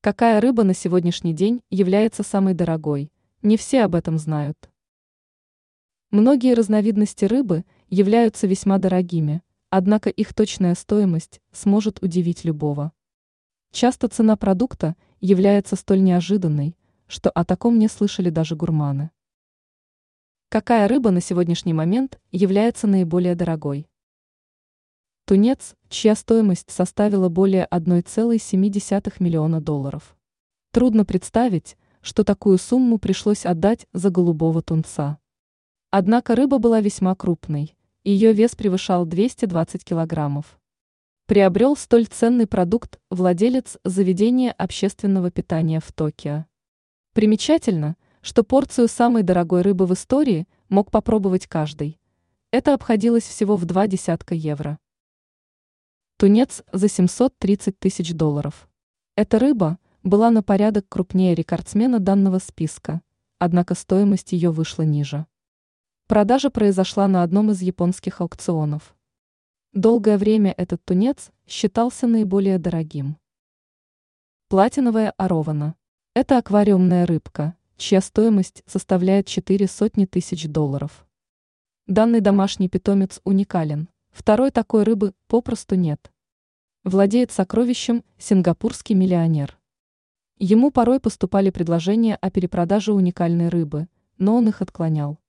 Какая рыба на сегодняшний день является самой дорогой? Не все об этом знают. Многие разновидности рыбы являются весьма дорогими, однако их точная стоимость сможет удивить любого. Часто цена продукта является столь неожиданной, что о таком не слышали даже гурманы. Какая рыба на сегодняшний момент является наиболее дорогой? Тунец, чья стоимость составила более 1,7 миллиона долларов. Трудно представить, что такую сумму пришлось отдать за голубого тунца. Однако рыба была весьма крупной, ее вес превышал 220 килограммов. Приобрел столь ценный продукт владелец заведения общественного питания в Токио. Примечательно, что порцию самой дорогой рыбы в истории мог попробовать каждый. Это обходилось всего в 20 евро. Тунец за 730 тысяч долларов. Эта рыба была на порядок крупнее рекордсмена данного списка, однако стоимость ее вышла ниже. Продажа произошла на одном из японских аукционов. Долгое время этот тунец считался наиболее дорогим. Платиновая орована. Это аквариумная рыбка, чья стоимость составляет 400 тысяч долларов. Данный домашний питомец уникален, второй такой рыбы попросту нет. Владеет сокровищем сингапурский миллионер. Ему порой поступали предложения о перепродаже уникальной рыбы, но он их отклонял.